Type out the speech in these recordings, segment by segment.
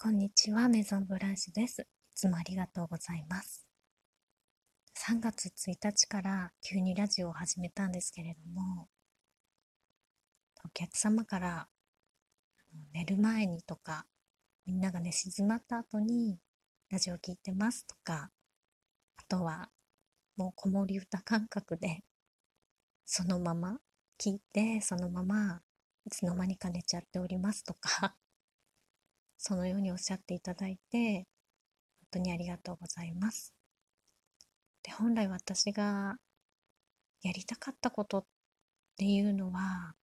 こんにちは、メゾンブランシュです。いつもありがとうございます。3月1日から急にラジオを始めたんですけれども、お客様から寝る前にとか、みんなが寝静まった後にラジオ聞いてますとか、あとはもう子守歌感覚でそのまま聞いて、そのままいつの間にか寝ちゃっておりますとか、そのようにおっしゃっていただいて、本当にありがとうございます。で、本来私がやりたかったことっていうのは、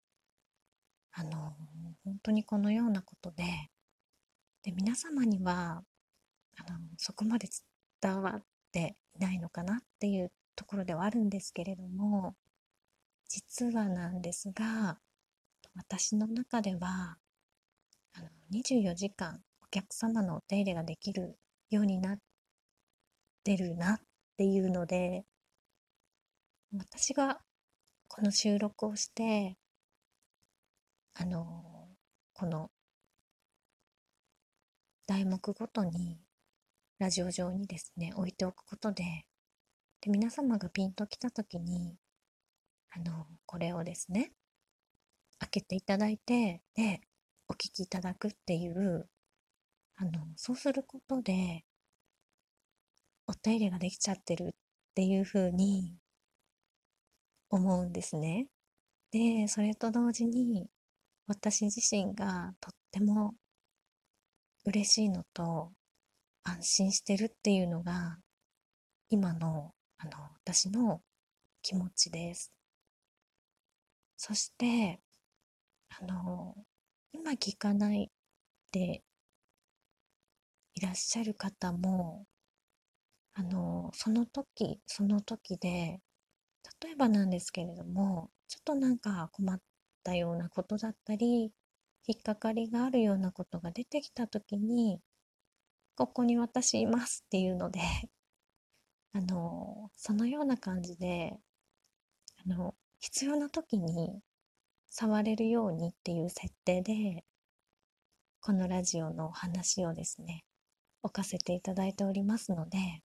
本当にこのようなことで、皆様には、そこまで伝わっていないのかなっていうところではあるんですけれども、実はなんですが、私の中では、24時間お客様のお手入れができるようになってるなっていうので、私がこの収録をして、この題目ごとにラジオ上にですね、置いておくことで、皆様がピンときたときに、これをですね、開けていただいて、で、お聞きいただくっていう、そうすることで、お手入れができちゃってるっていうふうに思うんですね。で、それと同時に、私自身がとっても嬉しいのと、安心してるっていうのが、今の、私の気持ちです。そして、あの、今聞かないでいらっしゃる方も、その時、その時で、例えばなんですけれども、ちょっとなんか困ったようなことだったり、引っかかりがあるようなことが出てきた時に、ここに私いますっていうので、そのような感じで、必要な時に触れるようにっていう設定で、このラジオのお話をですね、置かせていただいておりますので、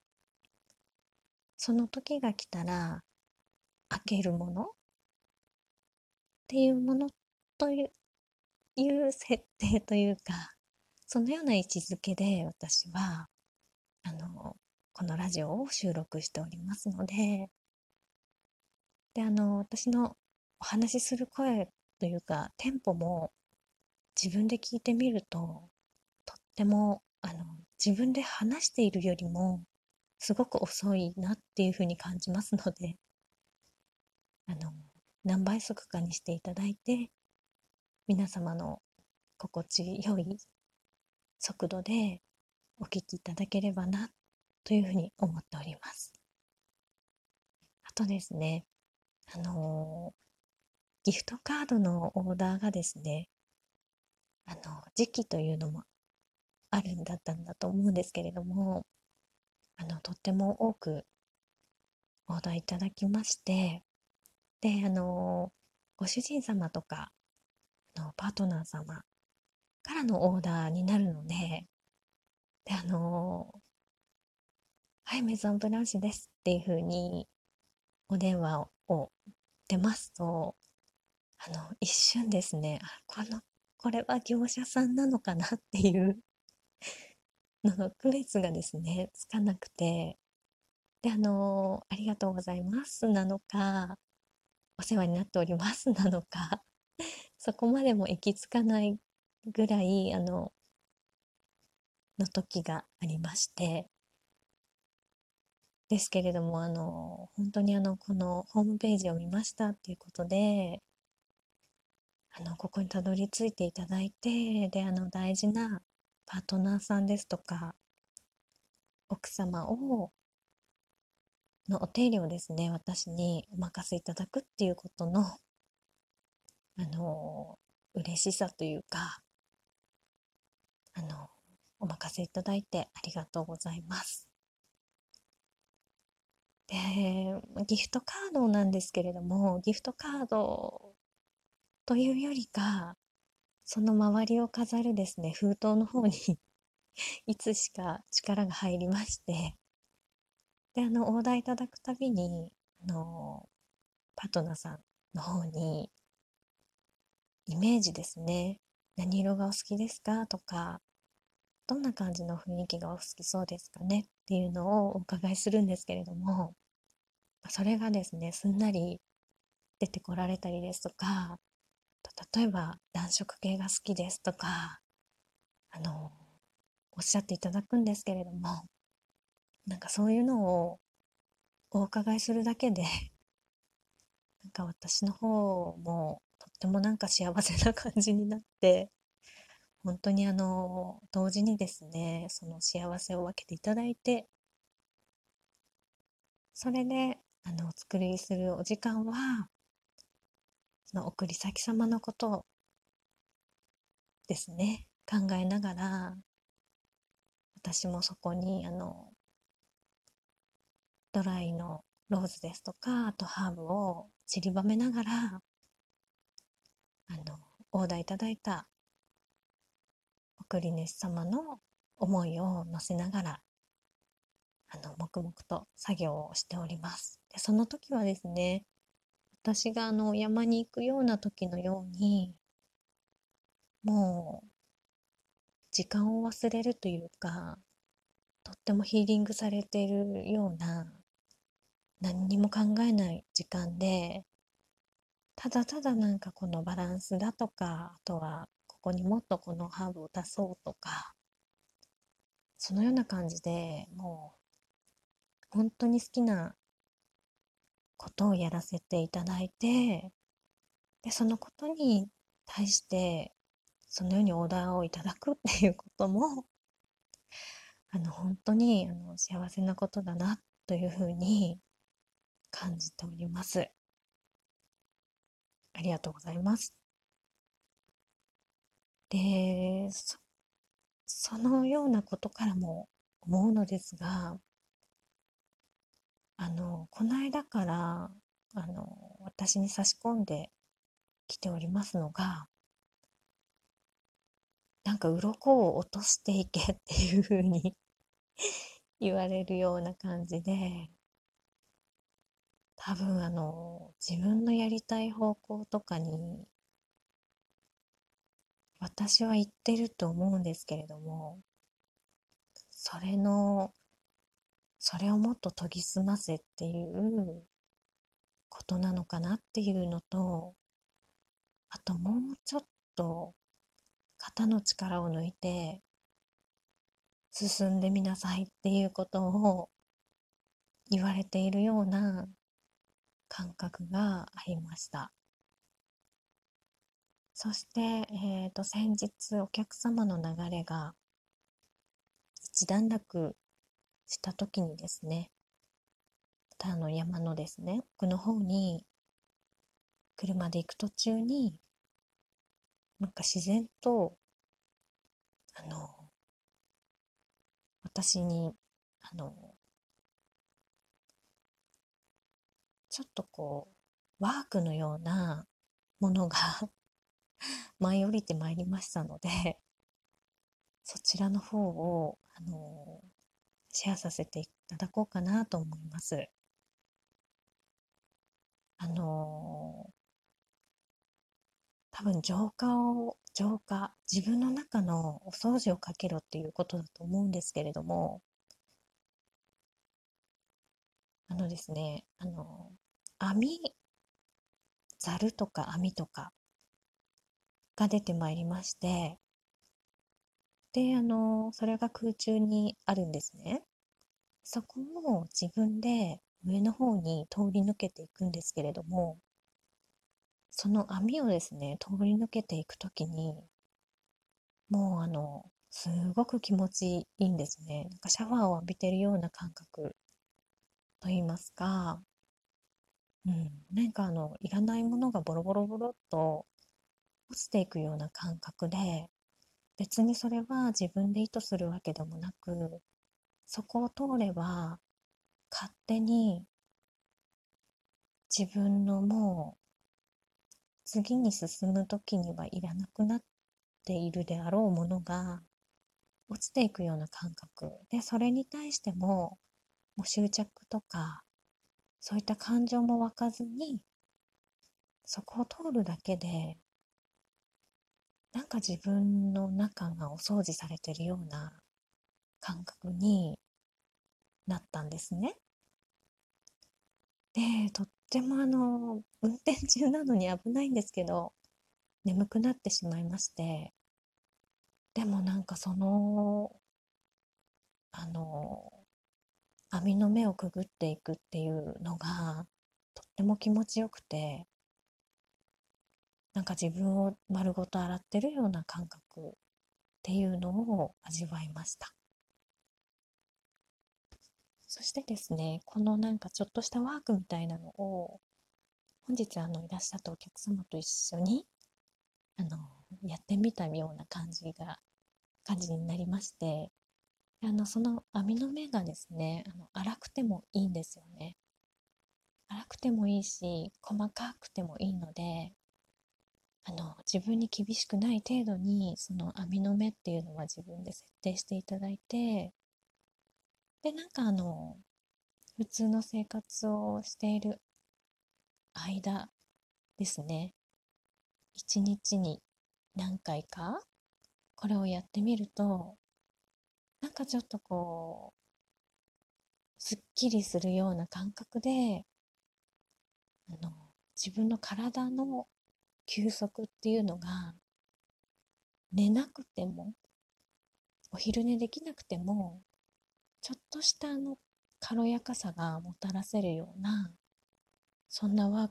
その時が来たら、開けるものっていうものという設定というか、そのような位置づけで私は、このラジオを収録しておりますので、私のお話しする声というか、テンポも自分で聞いてみると、とっても、自分で話しているよりも、すごく遅いなっていうふうに感じますので、あの、何倍速かにしていただいて、皆様の心地よい速度でお聞きいただければな、というふうに思っております。あとですね、あの、ギフトカードのオーダーがですね、時期というのもあるんだったんだと思うんですけれども、とっても多くオーダーいただきまして、で、ご主人様とか、パートナー様からのオーダーになるので、で、はい、メゾンブランシュですっていう風にお電話を出ますと、一瞬ですね、これは業者さんなのかなっていうのの区別がですね、つかなくて、で、ありがとうございますなのか、お世話になっておりますなのか、そこまでも行き着かないぐらい、の時がありまして、ですけれども、本当にこのホームページを見ましたっていうことで、ここにたどり着いていただいて、で、大事なパートナーさんですとか、奥様のお手入れをですね、私にお任せいただくっていうことの、あの、嬉しさというか、あの、お任せいただいてありがとうございます。で、ギフトカードなんですけれども、ギフトカードというよりか、 その周りを飾るですね、封筒の方にいつしか力が入りまして、で、オーダーいただくたびに、パートナーさんの方に、イメージですね。何色がお好きですかとか、どんな感じの雰囲気がお好きそうですかねっていうのをお伺いするんですけれども、それがですね、すんなり出てこられたりですとか、例えば暖色系が好きですとか、おっしゃっていただくんですけれども、なんかそういうのをお伺いするだけで、なんか私の方もとってもなんか幸せな感じになって、本当に同時にですね、その幸せを分けていただいて、それで、お作りするお時間は、その送り先様のことですね、考えながら、私もそこに、ドライのローズですとか、あとハーブを散りばめながら、あの、オーダーいただいた送り主様の思いを乗せながら、黙々と作業をしております。で、その時はですね、私が山に行くような時のように、もう時間を忘れるというか、とってもヒーリングされているような、何にも考えない時間で、ただただなんかこのバランスだとか、あとはここにもっとこのハーブを足そうとか、そのような感じでもう本当に好きなことをやらせていただいて、で、そのことに対して、そのようにオーダーをいただくっていうことも、本当に幸せなことだなというふうに感じております。ありがとうございます。で、そのようなことからも思うのですが、この間から、私に差し込んできておりますのが、なんか鱗を落としていけっていう風に言われるような感じで、多分自分のやりたい方向とかに私は言ってると思うんですけれども、それの、それをもっと研ぎ澄ませっていうことなのかなっていうのと、あともうちょっと肩の力を抜いて進んでみなさいっていうことを言われているような感覚がありました。そして、先日お客様の流れが一段落した時にですね、山のですね、奥の方に車で行く途中に、なんか自然と、あの、私に、あの、ちょっとこう、ワークのようなものが舞い降りてまいりましたので、そちらの方を、シェアさせていただこうかなと思います。あの、多分浄化、自分の中のお掃除をかけろっていうことだと思うんですけれども、ですね、網、ざるとか網とかが出てまいりまして、で、それが空中にあるんですね。そこを自分で上の方に通り抜けていくんですけれども、その網をですね、通り抜けていくときに、もうすごく気持ちいいんですね。なんかシャワーを浴びてるような感覚と言いますか、うん、なんかいらないものがボロボロボロっと落ちていくような感覚で、別にそれは自分で意図するわけでもなく、そこを通れば勝手に自分のもう次に進む時にはいらなくなっているであろうものが落ちていくような感覚で、それに対してもう執着とかそういった感情も湧かずに、そこを通るだけでなんか自分の中がお掃除されてるような感覚になったんですね。で、とっても運転中なのに危ないんですけど、眠くなってしまいまして、でもなんかあの、網の目をくぐっていくっていうのが、とっても気持ちよくて、なんか自分を丸ごと洗ってるような感覚っていうのを味わいました。そしてですね、このなんかちょっとしたワークみたいなのを、本日いらっしゃったお客様と一緒に、あの、やってみたような感じになりまして、その網の目がですね、粗くてもいいんですよね。粗くてもいいし、細かくてもいいので、自分に厳しくない程度に、その網の目っていうのは自分で設定していただいて、で、なんか普通の生活をしている間ですね、一日に何回かこれをやってみると、なんかちょっとすっきりするような感覚で、あの、自分の体の休息っていうのが、寝なくても、お昼寝できなくても、ちょっとした軽やかさがもたらせるような、そんなワー